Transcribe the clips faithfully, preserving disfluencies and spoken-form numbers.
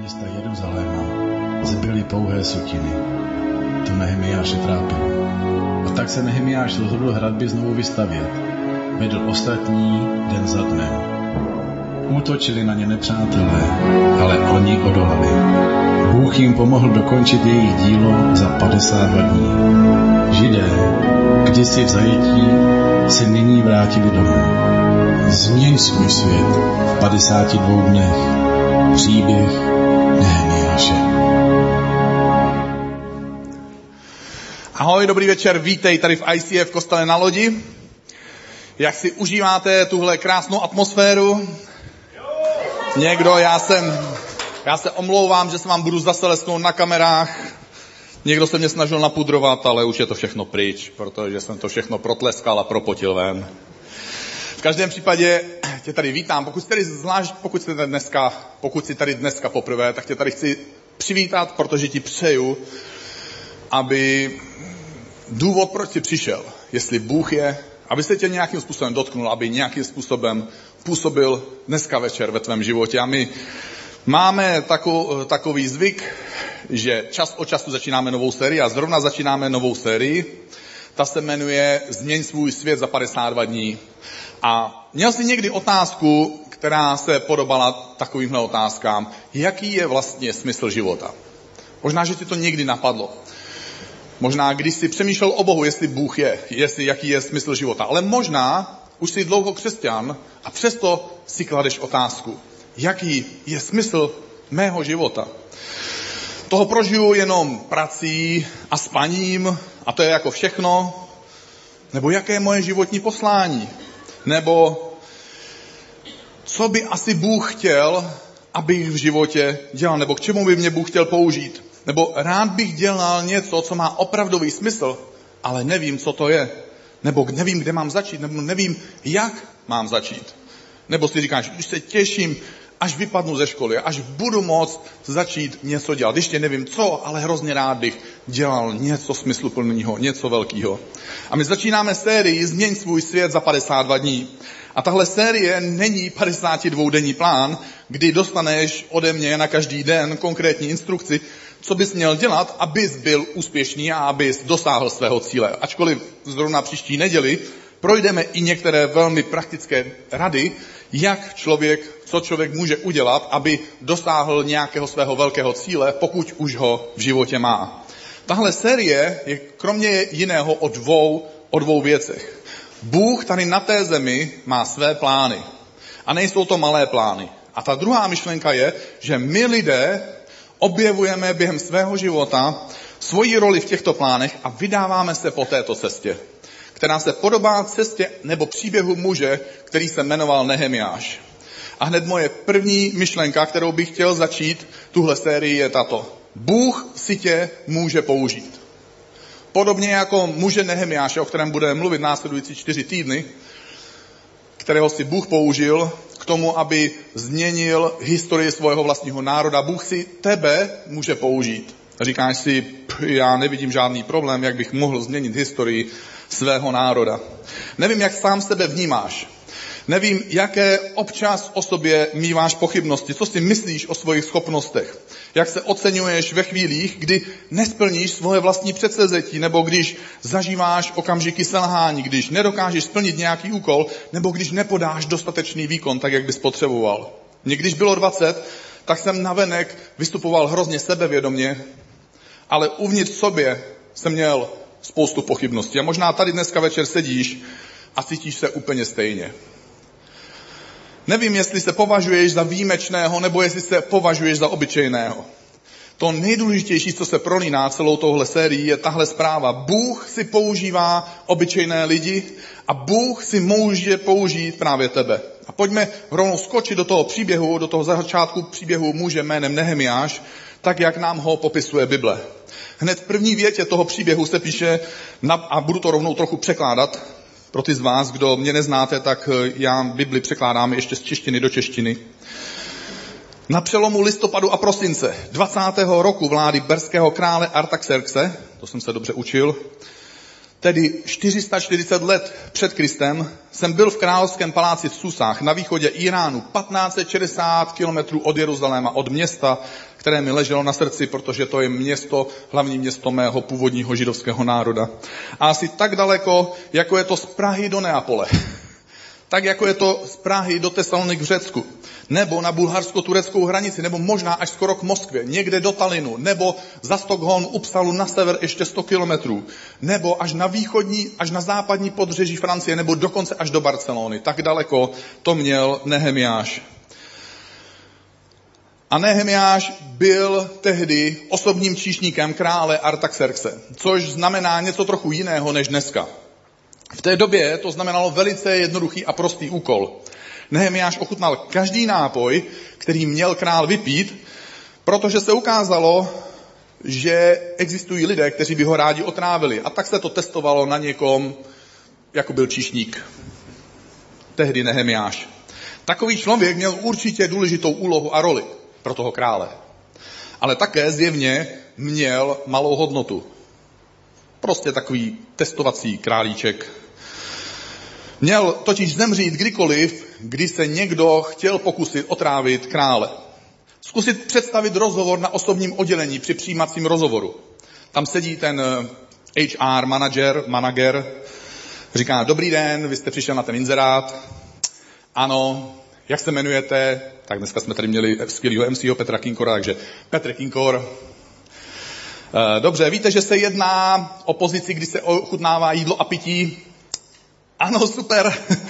města Jeruzaléma zbyly pouhé sutiny. To Nehemiáše trápilo. A tak se Nehemiáš rozhodl hradby znovu vystavět. Vedl ostatní den za dnem. Útočili na ně nepřátelé, ale oni odolali. Bůh jim pomohl dokončit jejich dílo za padesát dva dní. Židé, kdysi v zajetí, se nyní vrátili domů. Změň svůj svět v padesáti dvou dnech. Příběh Nehemiáše. Ahoj, dobrý večer, vítej tady v I C F kostele na Lodi. Jak si užíváte tuhle krásnou atmosféru? Někdo, já jsem, já se omlouvám, že se vám budu zase lesknout na kamerách. Někdo se mě snažil napudrovat, ale už je to všechno pryč, protože jsem to všechno protleskal a propotil ven. V každém případě tě tady vítám. Pokud jsi tady zvlášť, pokud jsi tady dneska, pokud jsi tady dneska poprvé, tak tě tady chci přivítat, protože ti přeju, aby důvod, proč jsi přišel, jestli Bůh je, aby se tě nějakým způsobem dotknul, aby nějakým způsobem působil dneska večer ve tvém životě. A my máme takový, takový zvyk, že čas od času začínáme novou sérii a zrovna začínáme novou sérii. Ta se jmenuje Změň svůj svět za padesát dva dní. A měl jsi někdy otázku, která se podobala takovýmhle otázkám, jaký je vlastně smysl života? Možná, že ti to někdy napadlo. Možná, když jsi přemýšlel o Bohu, jestli Bůh je, jestli jaký je smysl života. Ale možná už jsi dlouho křesťan a přesto si kladeš otázku, jaký je smysl mého života. Toho prožiju jenom prací a spaním a to je jako všechno. Nebo jaké je moje životní poslání? Nebo co by asi Bůh chtěl, abych v životě dělal? Nebo k čemu by mě Bůh chtěl použít? Nebo rád bych dělal něco, co má opravdový smysl, ale nevím, co to je. Nebo nevím, kde mám začít, nebo nevím, jak mám začít. Nebo si říkáš, už se těším, až vypadnu ze školy, až budu moct začít něco dělat. Ještě nevím co, ale hrozně rád bych dělal něco smysluplného, něco velkého. A my začínáme sérii Změň svůj svět za padesát dva dní. A tahle série není padesátidvoudenní plán, kdy dostaneš ode mě na každý den konkrétní instrukci, co bys měl dělat, abys byl úspěšný a abys dosáhl svého cíle. Ačkoliv zrovna příští neděli projdeme i některé velmi praktické rady, jak člověk, co člověk může udělat, aby dosáhl nějakého svého velkého cíle, pokud už ho v životě má. Tahle série je kromě jiného o dvou, o dvou věcech. Bůh tady na té zemi má své plány. A nejsou to malé plány. A ta druhá myšlenka je, že my lidé objevujeme během svého života svoji roli v těchto plánech a vydáváme se po této cestě, která se podobá cestě nebo příběhu muže, který se jmenoval Nehemiáš. A hned moje první myšlenka, kterou bych chtěl začít tuhle sérii, je tato. Bůh si tě může použít. Podobně jako muže Nehemiáše, o kterém budeme mluvit následující čtyři týdny, kterého si Bůh použil k tomu, aby změnil historii svého vlastního národa. Bůh si tebe může použít. Říkáš si, já nevidím žádný problém, jak bych mohl změnit historii svého národa. Nevím, jak sám sebe vnímáš. Nevím, jaké občas o sobě míváš pochybnosti. Co si myslíš o svých schopnostech? Jak se oceňuješ ve chvílích, kdy nesplníš svoje vlastní předsevzetí, nebo když zažíváš okamžiky selhání, když nedokážeš splnit nějaký úkol, nebo když nepodáš dostatečný výkon, tak jak bys potřeboval. Mně když bylo dvacet, tak jsem navenek vystupoval hrozně sebevědomě, ale uvnitř sobě jsem měl spoustu pochybností. A možná tady dneska večer sedíš a cítíš se úplně stejně. Nevím, jestli se považuješ za výjimečného, nebo jestli se považuješ za obyčejného. To nejdůležitější, co se prolíná celou touhle sérii, je tahle zpráva. Bůh si používá obyčejné lidi a Bůh si může použít právě tebe. A pojďme rovnou skočit do toho příběhu, do toho začátku příběhu muže jménem Nehemiáš, tak jak nám ho popisuje Bible. Hned v první větě toho příběhu se píše, a budu to rovnou trochu překládat, pro ty z vás, kdo mě neznáte, tak já Bibli překládám ještě z češtiny do češtiny. Na přelomu listopadu a prosince dvacátého roku vlády berského krále Artaxerxe, to jsem se dobře učil, tedy čtyři sta čtyřicet let před Kristem, jsem byl v královském paláci v Susách na východě Iránu, patnáct set šedesát kilometrů od Jeruzaléma, od města, které mi leželo na srdci, protože to je město, hlavní město mého původního židovského národa. A asi tak daleko, jako je to z Prahy do Neapole. Tak jako je to z Prahy do Tesalonik v Řecku, nebo na bulharsko-tureckou hranici, nebo možná až skoro k Moskvě, někde do Talinu, nebo za Stockholm, Upsalu na sever ještě sto kilometrů, nebo až na východní, až na západní podbřeží Francie, nebo dokonce až do Barcelony. Tak daleko to měl Nehemiáš. A Nehemiáš byl tehdy osobním číšníkem krále Artaxerxe, což znamená něco trochu jiného než dneska. V té době to znamenalo velice jednoduchý a prostý úkol. Nehemiáš ochutnal každý nápoj, který měl král vypít, protože se ukázalo, že existují lidé, kteří by ho rádi otrávili. A tak se to testovalo na někom, jako byl číšník. Tehdy Nehemiáš. Takový člověk měl určitě důležitou úlohu a roli pro toho krále. Ale také zjevně měl malou hodnotu. Prostě takový testovací králíček. Měl totiž zemřít kdykoliv, kdy se někdo chtěl pokusit otrávit krále. Zkusit představit rozhovor na osobním oddělení při přijímacím rozhovoru. Tam sedí ten H R manager, manager, říká, dobrý den, vy jste přišel na ten inzerát. Ano, jak se jmenujete? Tak dneska jsme tady měli skvělýho M C ho Petra Kinkora, takže Petr Kinkor. Dobře, víte, že se jedná o pozici, kdy se ochutnává jídlo a pití? Ano, super.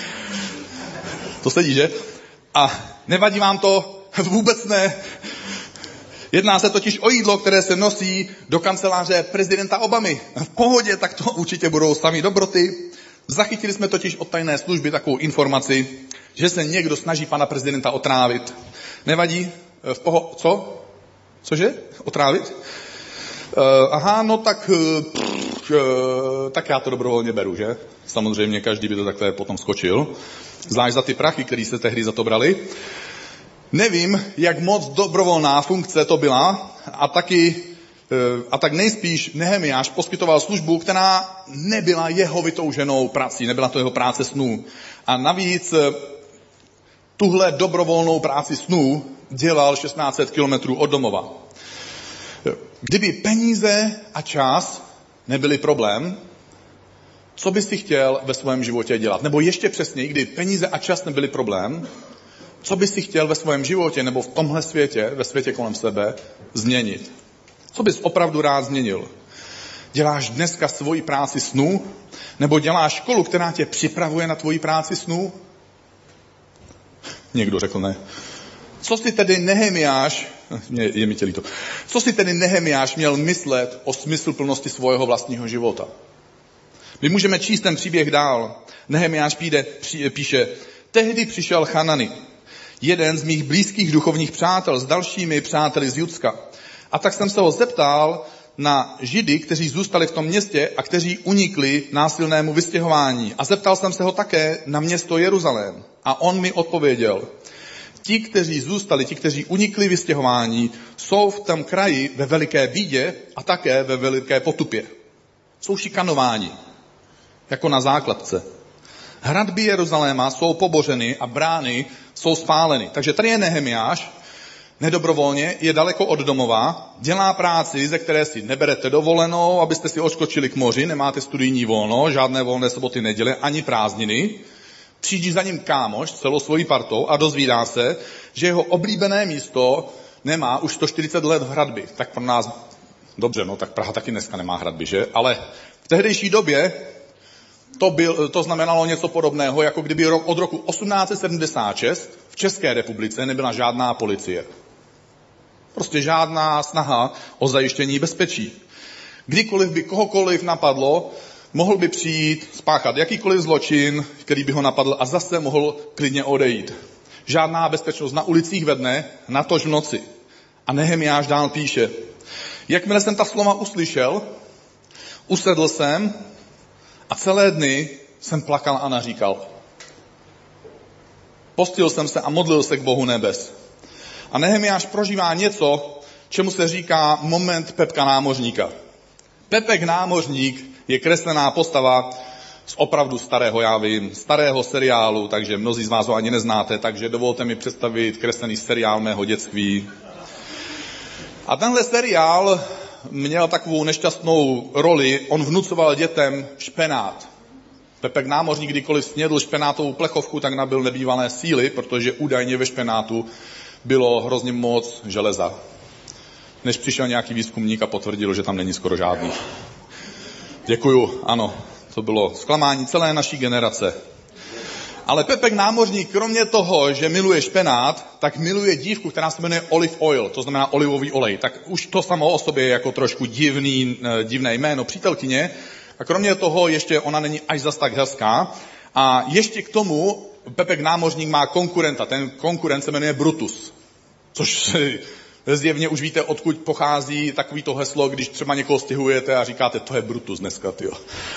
To sedí, že? A nevadí vám to? Vůbec ne. Jedná se totiž o jídlo, které se nosí do kanceláře prezidenta Obamy. V pohodě, tak to určitě budou sami dobroty. Zachytili jsme totiž od tajné služby takovou informaci, že se někdo snaží pana prezidenta otrávit. Nevadí? V poho... Co? Cože? Otrávit? Uh, aha, no tak, uh, uh, tak já to dobrovolně beru, že? Samozřejmě každý by to takhle potom skočil. Zvlášť za ty prachy, které se tehdy za to brali. Nevím, jak moc dobrovolná funkce to byla a taky, uh, a tak nejspíš Nehemiáš poskytoval službu, která nebyla jeho vytouženou prací, nebyla to jeho práce snů. A navíc uh, tuhle dobrovolnou práci snů dělal šestnáct set kilometrů od domova. Kdyby peníze a čas nebyly problém, co bys si chtěl ve svém životě dělat? Nebo ještě přesněji, kdy peníze a čas nebyly problém, co bys si chtěl ve svém životě nebo v tomhle světě, ve světě kolem sebe, změnit? Co bys opravdu rád změnil? Děláš dneska svoji práci snů? Nebo děláš školu, která tě připravuje na tvoji práci snů? Někdo řekl ne. Co si tedy Nehemiáš, je mi tě líto, co si tedy Nehemiáš měl myslet o smysluplnosti svého vlastního života? My můžeme číst ten příběh dál. Nehemiáš píde, pí, píše, tehdy přišel Hanani, jeden z mých blízkých duchovních přátel s dalšími přáteli z Judska. A tak jsem se ho zeptal na Židy, kteří zůstali v tom městě a kteří unikli násilnému vystěhování. A zeptal jsem se ho také na město Jeruzalém. A on mi odpověděl, ti, kteří zůstali, ti, kteří unikli vystěhování, jsou v tom kraji ve veliké bídě a také ve veliké potupě. Jsou šikanováni, jako na základce. Hradby Jeruzaléma jsou pobořeny a brány jsou spáleny. Takže tady je Nehemiáš, nedobrovolně, je daleko od domova, dělá práci, ze které si neberete dovolenou, abyste si odskočili k moři, nemáte studijní volno, žádné volné soboty, neděle, ani prázdniny. Přijde za ním kámoš s celou svojí partou a dozvídá se, že jeho oblíbené místo nemá už sto čtyřicet let v hradby. Tak pro nás, dobře, no tak Praha taky dneska nemá hradby, že? Ale v tehdejší době to, byl, to znamenalo něco podobného, jako kdyby rok, od roku osmnáct set sedmdesát šest v České republice nebyla žádná policie. Prostě žádná snaha o zajištění bezpečí. Kdykoliv by kohokoliv napadlo, mohl by přijít, spáchat jakýkoliv zločin, který by ho napadl a zase mohl klidně odejít. Žádná bezpečnost na ulicích ve dne, natož v noci. A Nehemiáš dál píše, jakmile jsem ta slova uslyšel, usedl jsem a celé dny jsem plakal a naříkal. Postil jsem se a modlil se k Bohu nebes. A Nehemiáš prožívá něco, čemu se říká moment Pepka námořníka. Pepek námořník je kreslená postava z opravdu starého, já vím, starého seriálu, takže mnozí z vás ho ani neznáte, takže dovolte mi představit kreslený seriál mého dětství. A tenhle seriál měl takovou nešťastnou roli, on vnucoval dětem špenát. Pepek Námořník, kdykoliv snědl špenátovou plechovku, tak nabyl nebývalé síly, protože údajně ve špenátu bylo hrozně moc železa. Než přišel nějaký výzkumník a potvrdil, že tam není skoro žádný. Děkuju, ano, to bylo zklamání celé naší generace. Ale Pepek Námořník, kromě toho, že miluje špenát, tak miluje dívku, která se jmenuje olive oil, to znamená olivový olej. Tak už to samo o sobě je jako trošku divný, divné jméno přítelkyně. A kromě toho ještě ona není až zas tak hezká. A ještě k tomu Pepek Námořník má konkurenta. Ten konkurent se jmenuje Brutus. Což zjevně už víte, odkud pochází takovýto heslo, když třeba někoho stěhujete a říkáte, to je Brutus dneska, tyjo.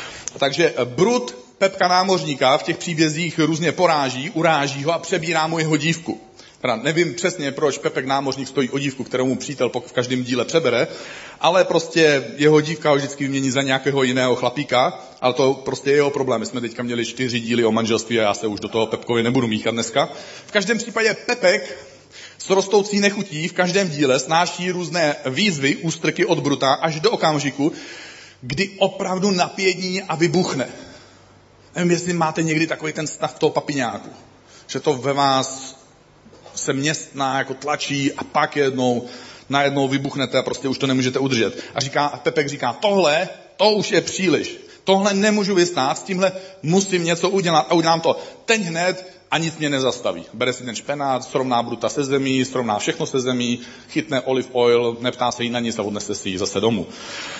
Takže Brut Pepka Námořníka v těch příbězích různě poráží, uráží ho a přebírá mu jeho dívku. Teda nevím přesně, proč Pepek Námořník stojí o dívku, kterou mu přítel v každém díle přebere, ale prostě jeho dívka ho vždycky vymění za nějakého jiného chlapíka, ale to prostě je jeho problém. My jsme teďka měli čtyři díly o manželství a já se už do toho Pepkovi nebudu míchat dneska. V každém případě Pepek s rostoucí nechutí v každém díle snáší různé výzvy, ústrky od Bruta až do okamžiku, kdy opravdu napění a vybuchne. Nevím, jestli máte někdy takový ten stav toho papiňáku, že to ve vás se městná jako tlačí a pak jednou, najednou vybuchnete a prostě už to nemůžete udržet. A říká, Pepek říká, tohle, to už je příliš. Tohle nemůžu vystát, s tímhle musím něco udělat a udělám to teď hned a nic mě nezastaví. Bere si ten špenát, srovná Bruta se zemí, srovná všechno se zemí, chytne olive oil, neptá se jí na nic a odnese si ji zase domů.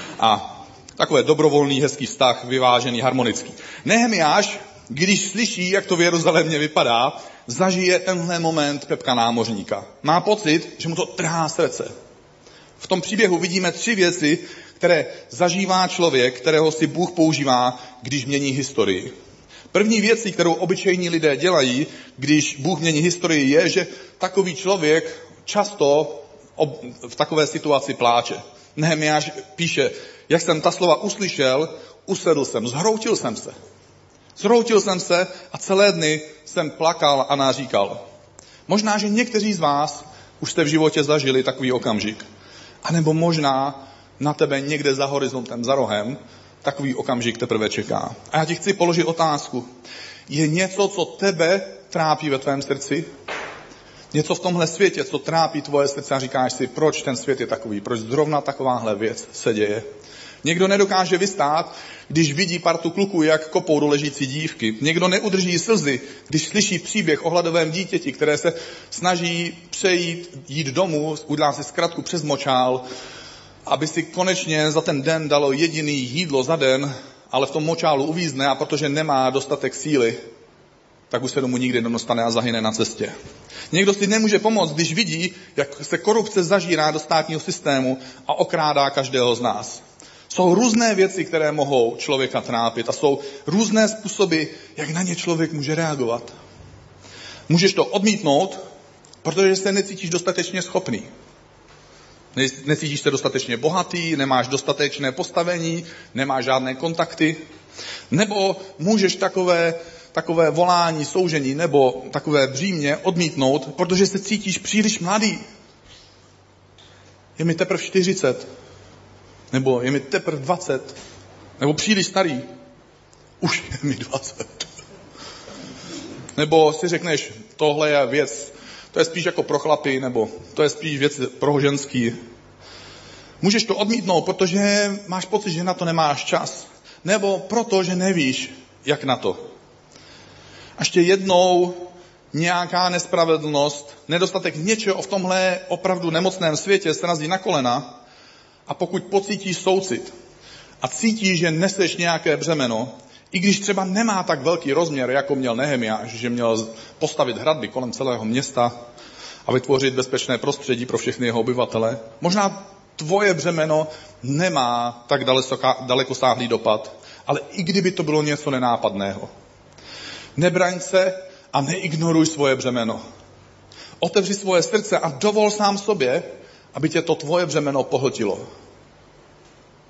A takové dobrovolný, hezký vztah, vyvážený, harmonický. Nehemiáš, když slyší, jak to v Jeruzalémě vypadá, zažije tenhle moment Pepka Námořníka. Má pocit, že mu to trhá srdce. V tom příběhu vidíme tři věci, které zažívá člověk, kterého si Bůh používá, když mění historii. První věcí, kterou obyčejní lidé dělají, když Bůh mění historii, je, že takový člověk často v takové situaci pláče. Nehemiáš píše, jak jsem ta slova uslyšel, usedl jsem, zhroutil jsem se. Zhroutil jsem se a celé dny jsem plakal a naříkal. Možná, že někteří z vás už jste v životě zažili takový okamžik. A nebo možná na tebe někde za horizontem, za rohem, takový okamžik teprve čeká. A já ti chci položit otázku. Je něco, co tebe trápí ve tvém srdci? Něco v tomhle světě, co trápí tvoje srdce a říkáš si, proč ten svět je takový, proč zrovna takováhle věc se děje. Někdo nedokáže vystát, když vidí partu kluků, jak kopou do ležící dívky. Někdo neudrží slzy, když slyší příběh o hladovém dítěti, které se snaží přejít, jít domů, udělá si zkratku přes močál, aby si konečně za ten den dalo jediný jídlo za den, ale v tom močálu uvízne a protože nemá dostatek síly, tak už se domů nikdy nedostane a zahyne na cestě. Někdo si nemůže pomoct, když vidí, jak se korupce zažírá do státního systému a okrádá každého z nás. Jsou různé věci, které mohou člověka trápit a jsou různé způsoby, jak na ně člověk může reagovat. Můžeš to odmítnout, protože se necítíš dostatečně schopný. Necítíš se dostatečně bohatý, nemáš dostatečné postavení, nemáš žádné kontakty. Nebo můžeš takové, takové volání, soužení nebo takové břímě odmítnout, protože se cítíš příliš mladý. Je mi teprve čtyřicet. Nebo je mi teprve dvacet. Nebo příliš starý. Už je mi dvacet. Nebo si řekneš, tohle je věc, to je spíš jako pro chlapy, nebo to je spíš věc pro ženský. Můžeš to odmítnout, protože máš pocit, že na to nemáš čas. Nebo proto, že nevíš, jak na to. A ještě jednou nějaká nespravedlnost, nedostatek něčeho v tomhle opravdu nemocném světě srazí na kolena. A pokud pocítíš soucit a cítíš, že neseš nějaké břemeno, i když třeba nemá tak velký rozměr, jako měl Nehemiáš, že měl postavit hradby kolem celého města a vytvořit bezpečné prostředí pro všechny jeho obyvatele, možná tvoje břemeno nemá tak dalekosáhlý dopad, ale i kdyby to bylo něco nenápadného. Nebraň se a neignoruj svoje břemeno. Otevři svoje srdce a dovol sám sobě, aby tě to tvoje břemeno pohltilo.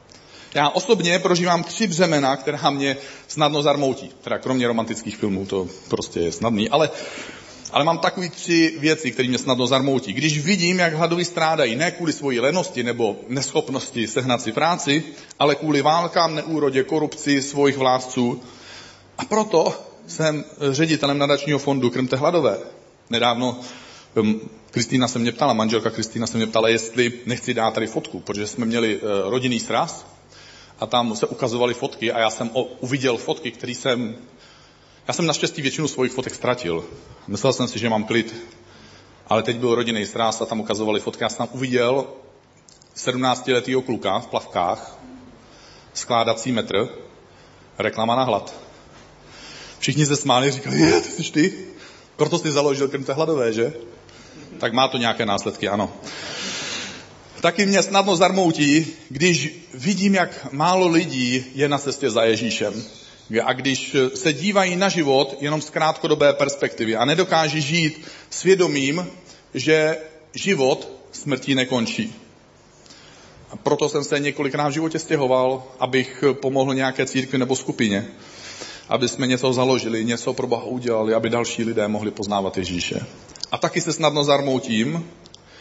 Já osobně prožívám tři břemena, která mě snadno zarmoutí. Teda kromě romantických filmů, to prostě je snadný, ale, ale mám takový tři věci, které mě snadno zarmoutí. Když vidím, jak hladoví strádají, ne kvůli svojí lenosti nebo neschopnosti sehnat si práci, ale kvůli válkám, neúrodě, korupci svých vládců. A proto jsem ředitelem nadačního fondu Krmte hladové. Nedávno Kristýna se mě ptala, manželka Kristýna se mě ptala, jestli nechci dát tady fotku, protože jsme měli rodinný sraz a tam se ukazovaly fotky a já jsem uviděl fotky, které jsem... Já jsem naštěstí většinu svých fotek ztratil. Myslel jsem si, že mám klid, ale teď byl rodinný sraz a tam ukazovali fotky. Já jsem tam uviděl sedmnáctiletýho kluka v plavkách, skládací metr, reklama na hlad. Všichni se smáli, říkali, je, ty jsi ty? Proto jsi založil Krmte hladové, že? Tak má to nějaké následky, ano. Taky mě snadno zarmoutí, když vidím, jak málo lidí je na cestě za Ježíšem. A když se dívají na život jenom z krátkodobé perspektivy a nedokáží žít svědomím, že život smrtí nekončí. A proto jsem se několikrát v životě stěhoval, abych pomohl nějaké církvi nebo skupině. Aby jsme něco založili, něco pro Boha udělali, aby další lidé mohli poznávat Ježíše. A taky se snadno zarmoutím,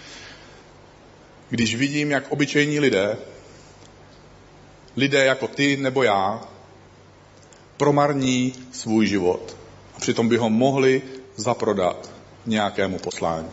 když vidím, jak obyčejní lidé, lidé jako ty nebo já, promarní svůj život. A přitom by ho mohli zaprodat nějakému poslání.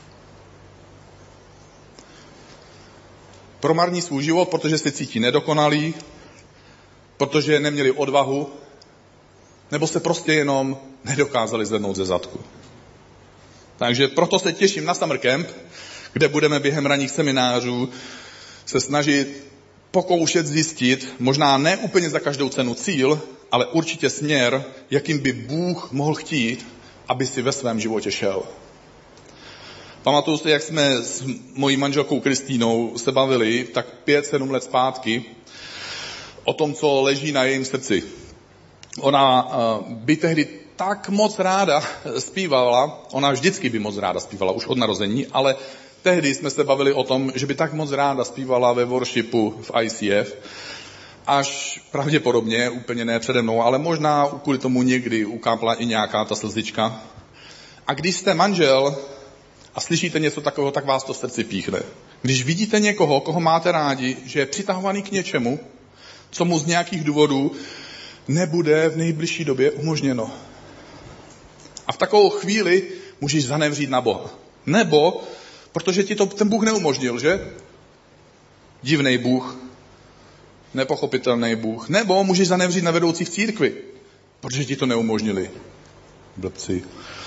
Promarní svůj život, protože se cítí nedokonalí, protože neměli odvahu, nebo se prostě jenom nedokázali zvednout ze zadku. Takže proto se těším na Summer Camp, kde budeme během ranních seminářů se snažit pokoušet zjistit, možná ne úplně za každou cenu cíl, ale určitě směr, jakým by Bůh mohl chtít, aby si ve svém životě šel. Pamatuju si, jak jsme s mojí manželkou Kristýnou se bavili tak pět, sedm let zpátky o tom, co leží na jejím srdci. Ona by tehdy tak moc ráda zpívala, ona vždycky by moc ráda zpívala, už od narození, ale tehdy jsme se bavili o tom, že by tak moc ráda zpívala ve worshipu v I C F, až pravděpodobně, úplně ne přede mnou, ale možná kvůli tomu někdy ukápla i nějaká ta slzička. A když jste manžel a slyšíte něco takového, tak vás to v srdci píchne. Když vidíte někoho, koho máte rádi, že je přitahovaný k něčemu, co mu z nějakých důvodů nebude v nejbližší době umožněno. A v takovou chvíli můžeš zanevřít na Boha. Nebo, protože ti to ten Bůh neumožnil, že? Divnej Bůh, nepochopitelný Bůh. Nebo můžeš zanevřít na vedoucí v církvi, protože ti to neumožnili. Blbci.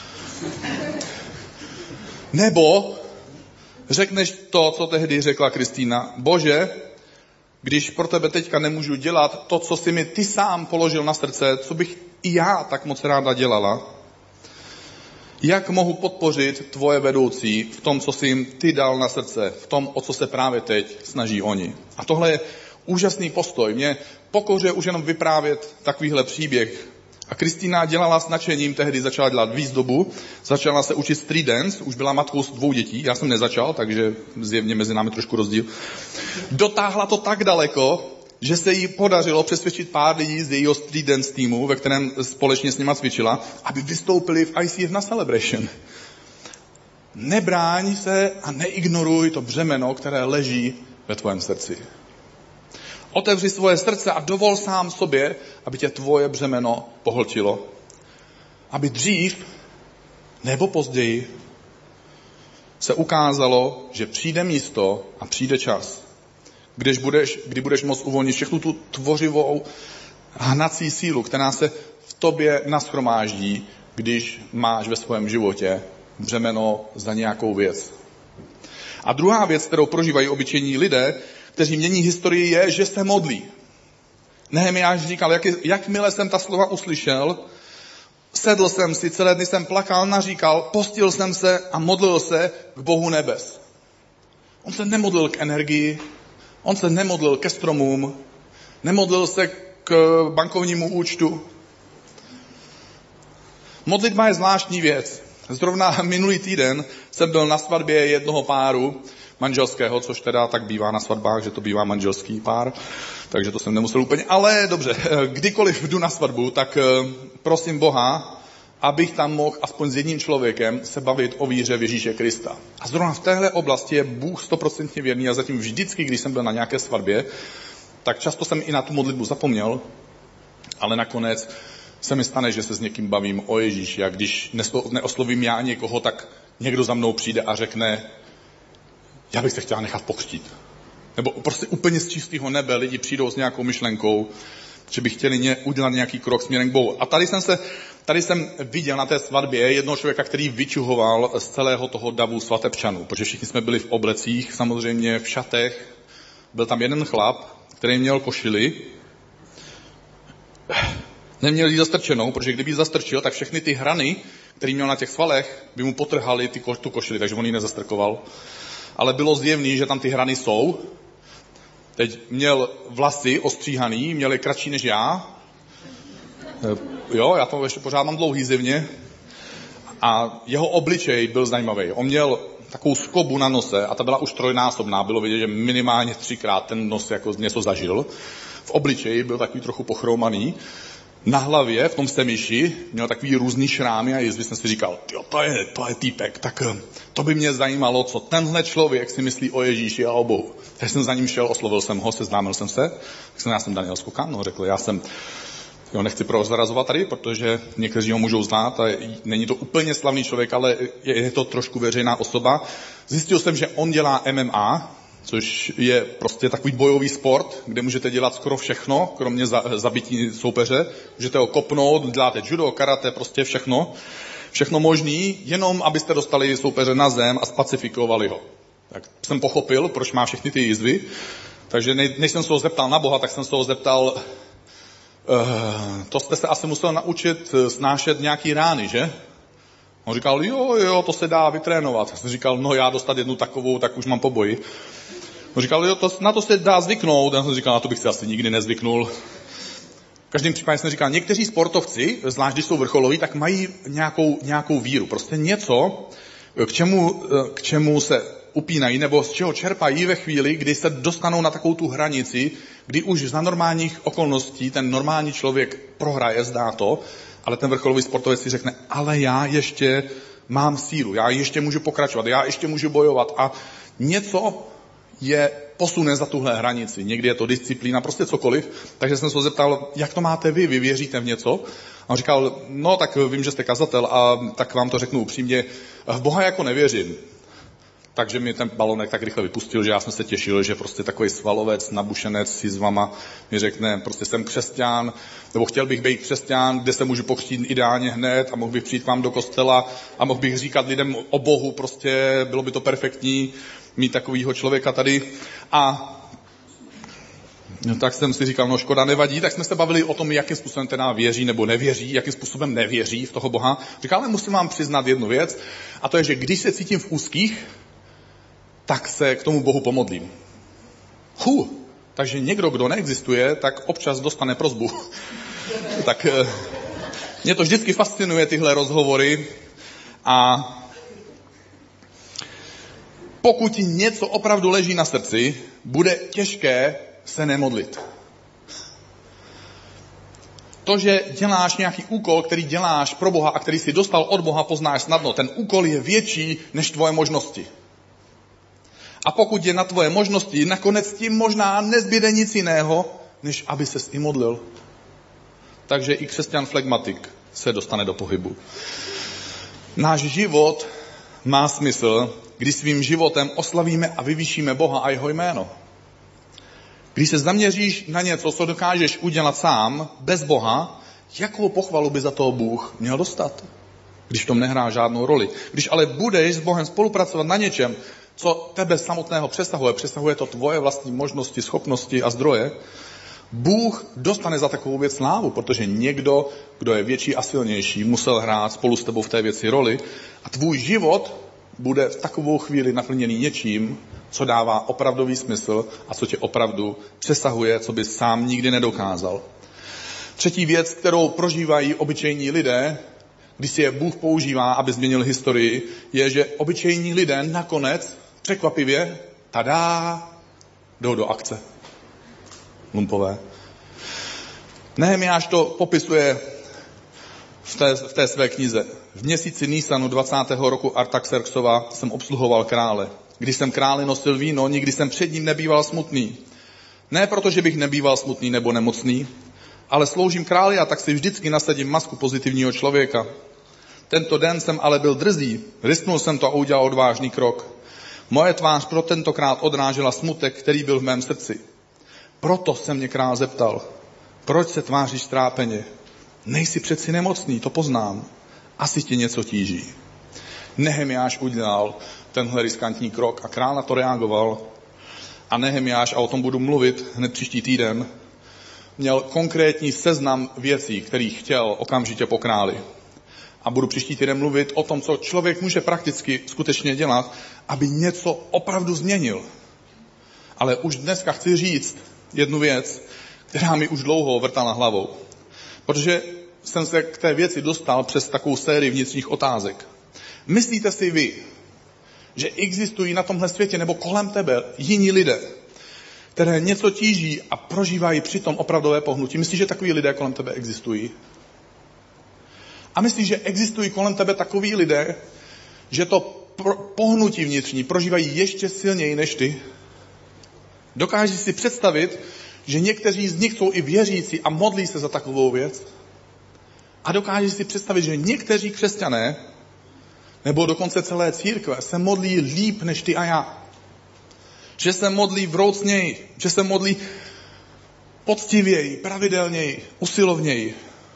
Nebo řekneš to, co tehdy řekla Kristýna. Bože, když pro tebe teďka nemůžu dělat to, co jsi mi ty sám položil na srdce, co bych i já tak moc ráda dělala, jak mohu podpořit tvoje vedoucí v tom, co jsi jim ty dal na srdce, v tom, o co se právě teď snaží oni. A tohle je úžasný postoj. Mě pokoře už jenom vyprávět takovýhle příběh. A Kristýna dělala s nadšením, tehdy začala dělat výzdobu, začala se učit street dance, už byla matkou s dvou dětí, já jsem nezačal, takže zjevně mezi námi trošku rozdíl. Dotáhla to tak daleko, že se jí podařilo přesvědčit pár lidí z jejího street dance týmu, ve kterém společně s nima cvičila, aby vystoupili v I C F na Celebration. Nebráň se a neignoruj to břemeno, které leží ve tvém srdci. Otevři svoje srdce a dovol sám sobě, aby tě tvoje břemeno pohltilo. Aby dřív nebo později se ukázalo, že přijde místo a přijde čas, když budeš, kdy budeš moct uvolnit všechnu tu tvořivou hnací sílu, která se v tobě nashromáždí, když máš ve svém životě břemeno za nějakou věc. A druhá věc, kterou prožívají obyčejní lidé, kteří mění historii, je, že se modlí. Nehemiáš říkal, jak, jakmile jsem ta slova uslyšel, sedl jsem si, celé dny jsem plakal, naříkal, postil jsem se a modlil se k Bohu nebes. On se nemodlil k energii, on se nemodlil ke stromům, nemodlil se k bankovnímu účtu. Modlitba je zvláštní věc. Zrovna minulý týden jsem byl na svatbě jednoho páru manželského, což teda tak bývá na svatbách, že to bývá manželský pár. takže to jsem nemusel úplně. Ale dobře, kdykoliv jdu na svatbu, tak prosím Boha, abych tam mohl aspoň s jedním člověkem se bavit o víře v Ježíše Krista. A zrovna v téhle oblasti je Bůh stoprocentně věrný a zatím vždycky, když jsem byl na nějaké svatbě, tak často jsem i na tu modlitbu zapomněl, ale nakonec se mi stane, že se s někým bavím o Ježíši a když neoslovím já někoho, tak někdo za mnou přijde a řekne, já bych se chtěla nechat pokřtít. Nebo prostě úplně z čistého nebe lidi přijdou s nějakou myšlenkou, že by chtěli ně, udělat nějaký krok směrem k Bohu. A tady jsem se, tady jsem viděl na té svatbě jednoho člověka, který vyčuhoval z celého toho davu svatebčanů, protože všichni jsme byli v oblecích, samozřejmě v šatech. Byl tam jeden chlap, který měl košili, neměl ji zastrčenou, protože kdyby ji zastrčil, tak všechny ty hrany, které měl na těch svalech, by mu potrhaly ty ko, tu košili, takže on ji nezastrkoval. Ale bylo zjevný, že tam ty hrany jsou. Teď měl vlasy ostříhaný, měl je kratší než já. Jo, já to ještě pořád mám dlouhý zjevně. A jeho obličej byl zajímavý. On měl takovou skobu na nose a ta byla už trojnásobná. Bylo vidět, že minimálně třikrát ten nos jako něco zažil. V obličeji byl takový trochu pochromaný. Na hlavě, v tom semiši, měl takový různý šrámy a jizvy jsem si říkal, jo, to je, to je týpek, tak to by mě zajímalo, co tenhle člověk si myslí o Ježíši a o Bohu. Takže jsem za ním šel, oslovil jsem ho, seznámil jsem se, tak jsem, já jsem Daniel Skokan, no, řekl, já jsem, jo, nechci prozrazovat tady, protože někteří ho můžou znát a není to úplně slavný člověk, ale je, je to trošku veřejná osoba. Zjistil jsem, že on dělá M M A, což je prostě takový bojový sport, kde můžete dělat skoro všechno, kromě za, zabití soupeře. Můžete ho kopnout, děláte judo, karate, prostě všechno. Všechno možný, jenom abyste dostali soupeře na zem a spacifikovali ho. Tak jsem pochopil, proč má všechny ty jizvy. Takže ne, než jsem se ho zeptal na Boha, tak jsem se ho zeptal, uh, to jste se asi musel naučit snášet nějaký rány, že? On říkal, jo, jo, to se dá vytrénovat. Já jsem říkal, no já dostat jednu takovou, tak už mám poboji. On říkal, jo, to, na to se dá zvyknout. Já jsem říkal, na to bych si asi nikdy nezvyknul. V každém případě jsem říkal, někteří sportovci, zvlášť když jsou vrcholoví, tak mají nějakou, nějakou víru. Prostě něco, k čemu, k čemu se upínají, nebo z čeho čerpají ve chvíli, kdy se dostanou na takovou tu hranici, kdy už za normálních okolností ten normální člověk prohraje, zdá to, ale ten vrcholový sportovec si řekne, ale já ještě mám sílu, já ještě můžu pokračovat, já ještě můžu bojovat a něco je posune za tuhle hranici. Někdy je to disciplína, prostě cokoliv. Takže jsem se ho zeptal, jak to máte vy, vy věříte v něco? A on říkal, no tak vím, že jste kazatel a tak vám to řeknu upřímně, v Boha jako nevěřím. Takže mi ten balonek tak rychle vypustil, že já jsem se těšil, že prostě takový svalovec, nabušenec si s vama mi řekne, prostě jsem křesťan, nebo chtěl bych být křesťan, kde se můžu pokřtít ideálně hned a mohl bych přijít k vám do kostela a mohl bych říkat lidem o Bohu, prostě bylo by to perfektní mít takovýho člověka tady. A no, tak jsem si říkal, no škoda, nevadí, tak jsme se bavili o tom, jakým způsobem teda věří nebo nevěří, jakým způsobem nevěří v toho Boha. Říkal, ale musím vám přiznat jednu věc, a to je, že když se cítím v úzkých, tak se k tomu Bohu pomodlím. Hu, takže někdo, kdo neexistuje, tak občas dostane prosbu. Tak mě to vždycky fascinuje, tyhle rozhovory. A pokud ti něco opravdu leží na srdci, bude těžké se nemodlit. To, že děláš nějaký úkol, který děláš pro Boha a který si dostal od Boha, poznáš snadno. Ten úkol je větší než tvoje možnosti. A pokud je na tvoje možnosti, nakonec ti možná nezbyde nic jiného, než aby ses i modlil. Takže i křesťan flegmatik se dostane do pohybu. Náš život má smysl, když svým životem oslavíme a vyvýšíme Boha a jeho jméno. Když se zaměříš na něco, co dokážeš udělat sám, bez Boha, jakou pochvalu by za toho Bůh měl dostat? Když v tom nehrá žádnou roli. Když ale budeš s Bohem spolupracovat na něčem, co tebe samotného přesahuje, přesahuje to tvoje vlastní možnosti, schopnosti a zdroje, Bůh dostane za takovou věc slávu, protože někdo, kdo je větší a silnější, musel hrát spolu s tebou v té věci roli a tvůj život bude v takovou chvíli naplněný něčím, co dává opravdový smysl a co tě opravdu přesahuje, co by sám nikdy nedokázal. Třetí věc, kterou prožívají obyčejní lidé, když si je Bůh používá, aby změnil historii, je, že obyčejní lidé nakonec překvapivě, tada, jdou do akce. lumpové. Nehemiáš to popisuje v té, v té své knize. V měsíci Nísanu dvacátého roku Artaxerxova jsem obsluhoval krále. Když jsem králi nosil víno, nikdy jsem před ním nebýval smutný. Ne proto, že bych nebýval smutný nebo nemocný, ale sloužím králi a tak si vždycky nasadím masku pozitivního člověka. Tento den jsem ale byl drzý, risknul jsem to a udělal odvážný krok. Moje tvář pro tentokrát odrážela smutek, který byl v mém srdci. Proto se mě král zeptal, proč se tváříš trápeně? Nejsi přeci nemocný, to poznám. Asi tě něco tíží. Nehemiáš udělal tenhle riskantní krok a král na to reagoval. A Nehemiáš, a o tom budu mluvit hned příští týden, měl konkrétní seznam věcí, kterých chtěl okamžitě po králi. A budu příští týden mluvit o tom, co člověk může prakticky skutečně dělat, aby něco opravdu změnil. Ale už dneska chci říct jednu věc, která mi už dlouho vrtala hlavou. Protože jsem se k té věci dostal přes takovou sérii vnitřních otázek. Myslíte si vy, že existují na tomhle světě nebo kolem tebe jiní lidé, které něco tíží a prožívají přitom opravdové pohnutí? Myslíš, že takový lidé kolem tebe existují? A myslíš, že existují kolem tebe takoví lidé, že to pohnutí vnitřní prožívají ještě silněji než ty? Dokážeš si představit, že někteří z nich jsou i věřící a modlí se za takovou věc? A dokážeš si představit, že někteří křesťané, nebo dokonce celé církve, se modlí líp než ty a já? Že se modlí vroucněji, že se modlí poctivěji, pravidelněji, usilovněji.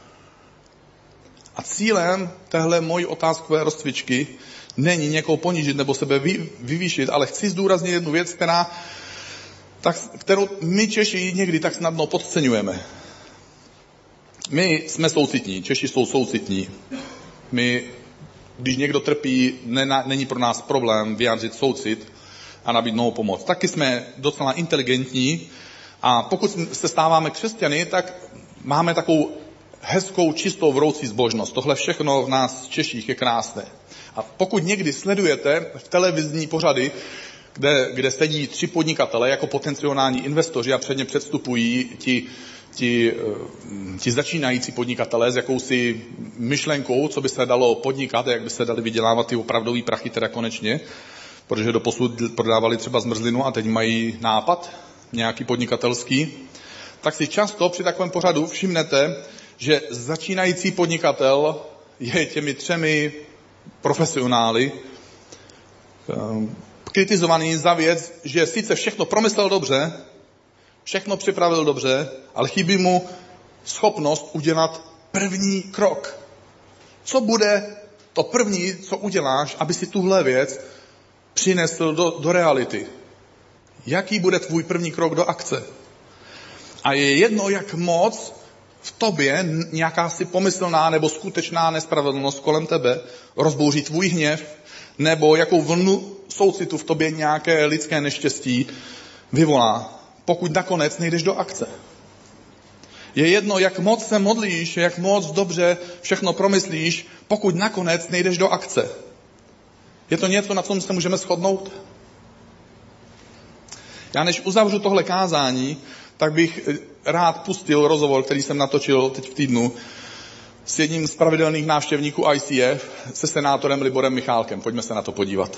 A cílem téhle mojí otázkové rozcvičky není někoho ponížit nebo sebe vy, vyvýšit, ale chci zdůraznit jednu věc, která, tak, kterou my Češi někdy tak snadno podceňujeme. My jsme soucitní, Češi jsou soucitní. My, když někdo trpí, ne, není pro nás problém vyjádřit soucit a nabídnout pomoc. Taky jsme docela inteligentní a pokud se stáváme křesťany, tak máme takovou hezkou, čistou, vroucí zbožnost. Tohle všechno v nás Češích je krásné. A pokud někdy sledujete v televizní pořady, kde, kde sedí tři podnikatele jako potenciální investoři a před ně předstupují ti, ti, ti začínající podnikatelé s jakousi myšlenkou, co by se dalo podnikat, jak by se dali vydělávat ty opravdový prachy teda konečně, protože doposud prodávali třeba zmrzlinu a teď mají nápad nějaký podnikatelský, tak si často při takovém pořadu všimnete, že začínající podnikatel je těmi třemi profesionály kritizovaný za věc, že sice všechno promyslel dobře, všechno připravil dobře, ale chybí mu schopnost udělat první krok. Co bude to první, co uděláš, aby si tuhle věc přinesl do, do reality? Jaký bude tvůj první krok do akce? A je jedno, jak moc v tobě nějaká si pomyslná nebo skutečná nespravedlnost kolem tebe rozbouří tvůj hněv, nebo jakou vlnu soucitu v tobě nějaké lidské neštěstí vyvolá, pokud nakonec nejdeš do akce. Je jedno, jak moc se modlíš, jak moc dobře všechno promyslíš, pokud nakonec nejdeš do akce. Je to něco, na čem se můžeme shodnout? Já než uzavřu tohle kázání, tak bych rád pustil rozhovor, který jsem natočil teď v týdnu s jedním z pravidelných návštěvníků I C F, se senátorem Liborem Michálkem. Pojďme se na to podívat.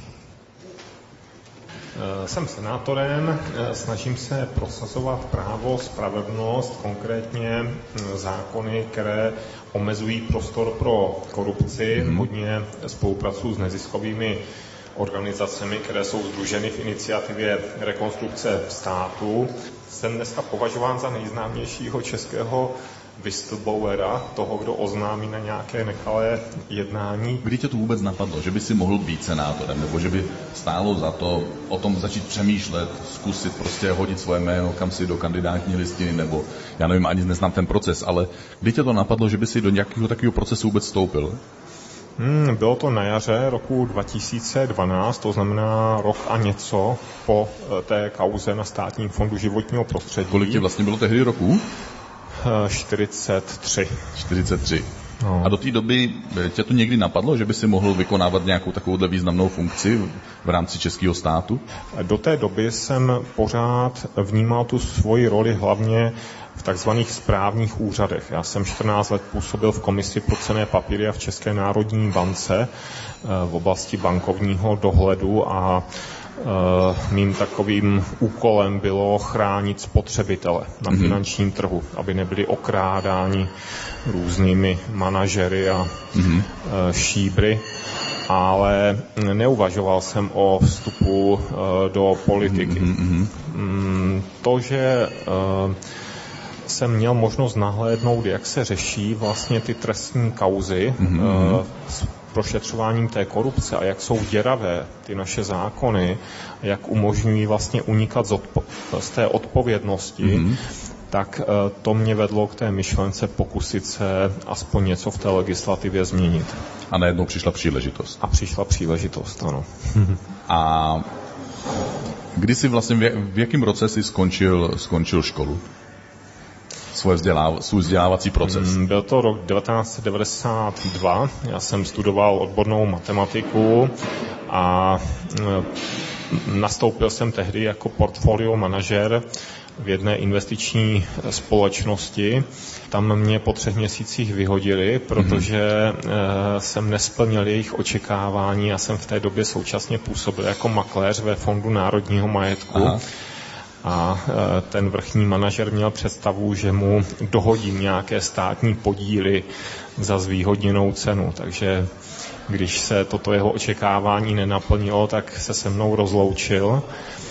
Jsem senátorem, snažím se prosazovat právo, spravedlnost, konkrétně zákony, které omezují prostor pro korupci. Hmm. Hodně spolupracuji s neziskovými organizacemi, které jsou sdruženy v iniciativě Rekonstrukce státu. Jsem dneska považován za nejznámějšího českého whistleblowera, toho, kdo oznámí na nějaké nekalé jednání. Kdy tě to vůbec napadlo, že by si mohl být senátorem, nebo že by stálo za to o tom začít přemýšlet, zkusit prostě hodit svoje jméno kam si do kandidátní listiny, nebo já nevím, ani neznám ten proces, ale kdy tě to napadlo, že by si do nějakého takového procesu vůbec vstoupil? Hmm, bylo to na jaře roku dva tisíce dvanáct, to znamená rok a něco po té kauze na Státním fondu životního prostředí. Kolik tě vlastně bylo tehdy roků? čtyřicet tři. čtyřicet tři. No. A do té doby tě to někdy napadlo, že by si mohl vykonávat nějakou takovouhle významnou funkci v rámci českého státu? Do té doby jsem pořád vnímal tu svoji roli hlavně v takzvaných správních úřadech. Já jsem čtrnáct let působil v Komisi pro cenné papíry a v České národní bance v oblasti bankovního dohledu a mým takovým úkolem bylo chránit spotřebitele na mm-hmm. finančním trhu, aby nebyli okrádáni různými manažery a mm-hmm. šíbry, ale neuvažoval jsem o vstupu do politiky. Mm-hmm. To, že jsem měl možnost nahlédnout, jak se řeší vlastně ty trestní kauzy mm-hmm. s prošetřováním té korupce a jak jsou děravé ty naše zákony, jak umožňují vlastně unikat z, odpo- z té odpovědnosti, mm-hmm. tak to mě vedlo k té myšlence pokusit se aspoň něco v té legislativě změnit. A najednou přišla příležitost. A přišla příležitost, ano. A kdy jsi vlastně, v jakém roce jsi skončil, skončil školu? Svůj, vzděláv, svůj vzdělávací proces. Byl to rok devatenáct set devadesát dva, já jsem studoval odbornou matematiku a nastoupil jsem tehdy jako portfolio manažer v jedné investiční společnosti. Tam mě po třech měsících vyhodili, protože mm-hmm. jsem nesplnil jejich očekávání. Já jsem v té době současně působil jako makléř ve Fondu národního majetku. Aha. A ten vrchní manažer měl představu, že mu dohodím nějaké státní podíly za zvýhodněnou cenu. Takže když se toto jeho očekávání nenaplnilo, tak se se mnou rozloučil.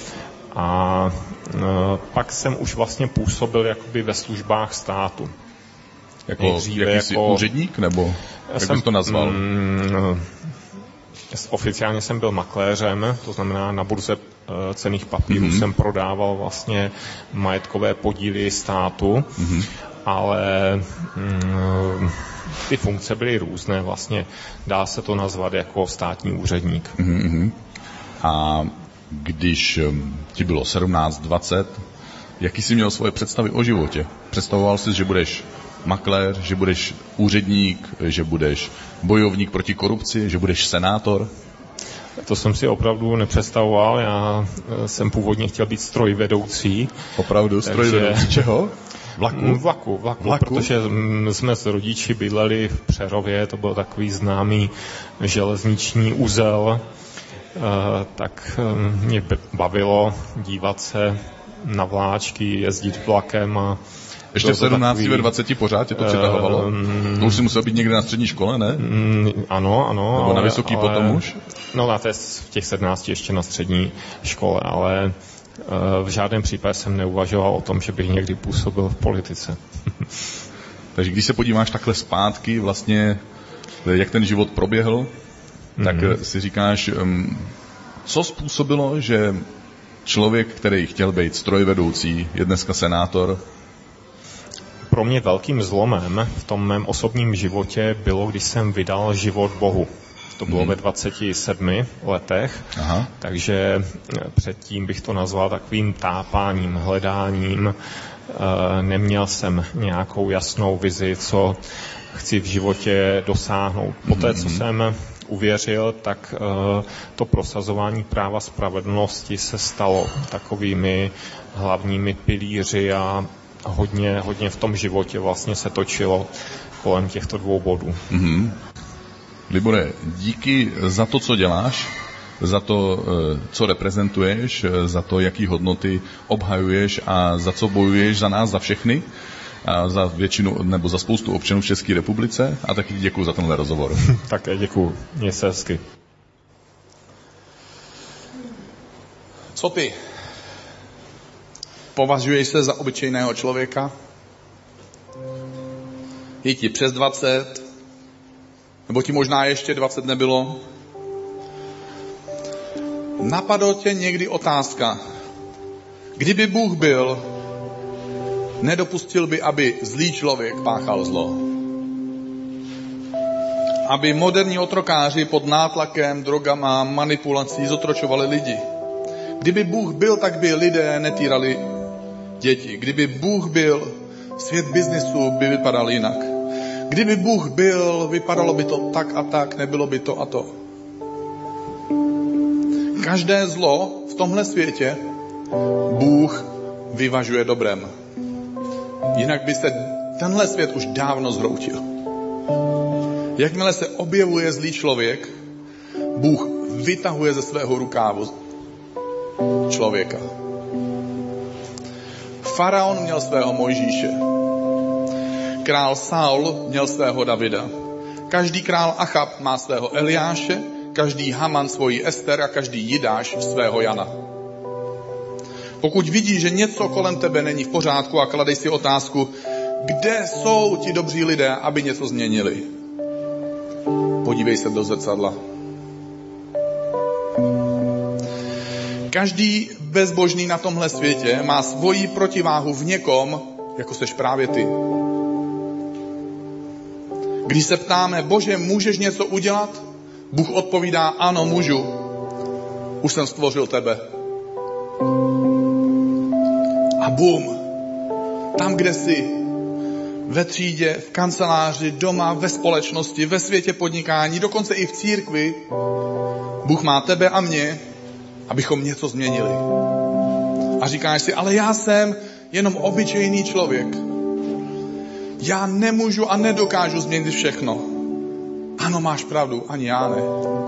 A pak jsem už vlastně působil jakoby ve službách státu. Jako, jaký jsi jako úředník, nebo jak jsem, bys to nazval? Mm, oficiálně jsem byl makléřem, to znamená na burze cenných papírů mm-hmm. jsem prodával vlastně majetkové podíly státu, mm-hmm. ale mm, ty funkce byly různé, vlastně dá se to nazvat jako státní úředník. Mm-hmm. A když ti bylo sedmnáct dvacet, jaký jsi měl svoje představy o životě? Představoval jsi, že budeš makléř, že budeš úředník, že budeš bojovník proti korupci, že budeš senátor? To jsem si opravdu nepředstavoval. Já jsem původně chtěl být strojvedoucí. Opravdu? Strojvedoucí čeho? Vlaku? Vlaku, vlaku, vlaku, protože jsme s rodiči bydleli v Přerově, to byl takový známý železniční uzel, tak mě bavilo dívat se na vláčky, jezdit vlakem a ještě v sedmnácti ve dvaceti pořád tě to přitahovalo? Um, to už si musel být někde na střední škole, ne? Um, ano, ano. Nebo na vysoký ale, potom už? No na té, v těch sedmnácti ještě na střední škole, ale uh, v žádném případě jsem neuvažoval o tom, že bych někdy působil v politice. Takže když se podíváš takhle zpátky, vlastně, jak ten život proběhl, mm-hmm. tak si říkáš, um, co způsobilo, že člověk, který chtěl být strojvedoucí, je dneska senátor? Pro mě velkým zlomem v tom mém osobním životě bylo, když jsem vydal život Bohu. To bylo hmm. ve dvaceti sedmi letech, Aha. takže předtím bych to nazval takovým tápáním, hledáním. Neměl jsem nějakou jasnou vizi, co chci v životě dosáhnout. Poté, co jsem uvěřil, tak to prosazování práva spravedlnosti se stalo takovými hlavními pilíři a hodně, hodně v tom životě vlastně se točilo kolem těchto dvou bodů. Mm-hmm. Libore, díky za to, co děláš, za to, co reprezentuješ, za to, jaký hodnoty obhajuješ a za co bojuješ za nás, za všechny, a za většinu nebo za spoustu občanů v České republice, a taky děkuji za tenhle rozhovor. Také děkuji, mě se hezky. Co ty? Považuješ se za obyčejného člověka? Je ti přes dvacet? Nebo ti možná ještě dvacet nebylo? Napadlo tě někdy otázka, kdyby Bůh byl, nedopustil by, aby zlý člověk páchal zlo? Aby moderní otrokáři pod nátlakem, drogama, manipulací zotročovali lidi? Kdyby Bůh byl, tak by lidé netýrali děti. Kdyby Bůh byl, svět biznisu by vypadal jinak. Kdyby Bůh byl, vypadalo by to tak a tak, nebylo by to a to. Každé zlo v tomhle světě Bůh vyvažuje dobrem. Jinak by se tenhle svět už dávno zhroutil. Jakmile se objevuje zlý člověk, Bůh vytahuje ze svého rukávu člověka. Faraon měl svého Mojžíše. Král Saul měl svého Davida. Každý král Achab má svého Eliáše, každý Haman svoji Ester a každý Jidáš svého Jana. Pokud vidíš, že něco kolem tebe není v pořádku a kladeš si otázku, kde jsou ti dobří lidé, aby něco změnili, podívej se do zrcadla. Každý bezbožný na tomhle světě má svoji protiváhu v někom, jako seš právě ty. Když se ptáme, Bože, můžeš něco udělat? Bůh odpovídá, ano, můžu. Už jsem stvořil tebe. A bum, tam, kde jsi, ve třídě, v kanceláři, doma, ve společnosti, ve světě podnikání, dokonce i v církvi, Bůh má tebe a mě, abychom něco změnili. A říkáš si, ale já jsem jenom obyčejný člověk. Já nemůžu a nedokážu změnit všechno. Ano, máš pravdu, ani já ne.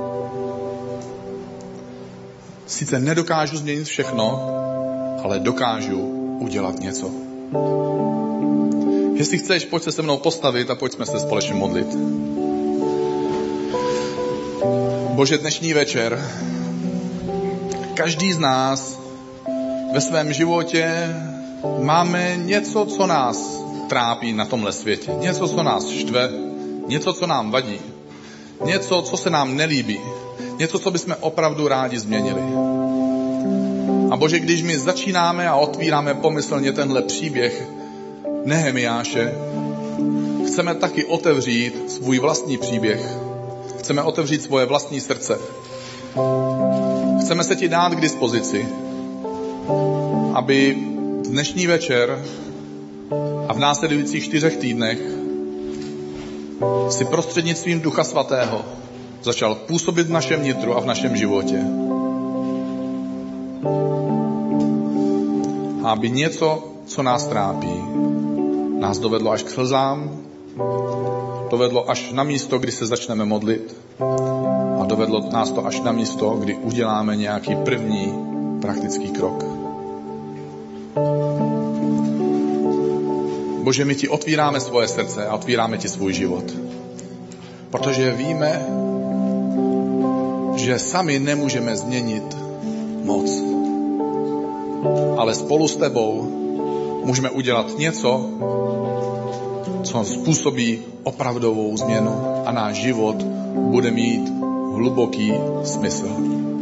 Sice nedokážu změnit všechno, ale dokážu udělat něco. Jestli chceš, pojď se se mnou postavit a pojďme se společně modlit. Bože, dnešní večer, každý z nás ve svém životě máme něco, co nás trápí na tomhle světě. Něco, co nás štve, něco, co nám vadí, něco, co se nám nelíbí, něco, co bychom opravdu rádi změnili. A Bože, když my začínáme a otvíráme pomyslně tenhle příběh Nehemiáše, chceme taky otevřít svůj vlastní příběh. Chceme otevřít svoje vlastní srdce. Chceme se ti dát k dispozici, aby dnešní večer a v následujících čtyřech týdnech si prostřednictvím Ducha Svatého začal působit v našem nitru a v našem životě. A aby něco, co nás trápí, nás dovedlo až k slzám, dovedlo až na místo, kdy se začneme modlit a dovedlo nás to až na místo, kdy uděláme nějaký první praktický krok. Bože, my ti otvíráme svoje srdce a otvíráme ti svůj život. Protože víme, že sami nemůžeme změnit moc. Ale spolu s tebou můžeme udělat něco, co způsobí opravdovou změnu a náš život bude mít hluboký smysl.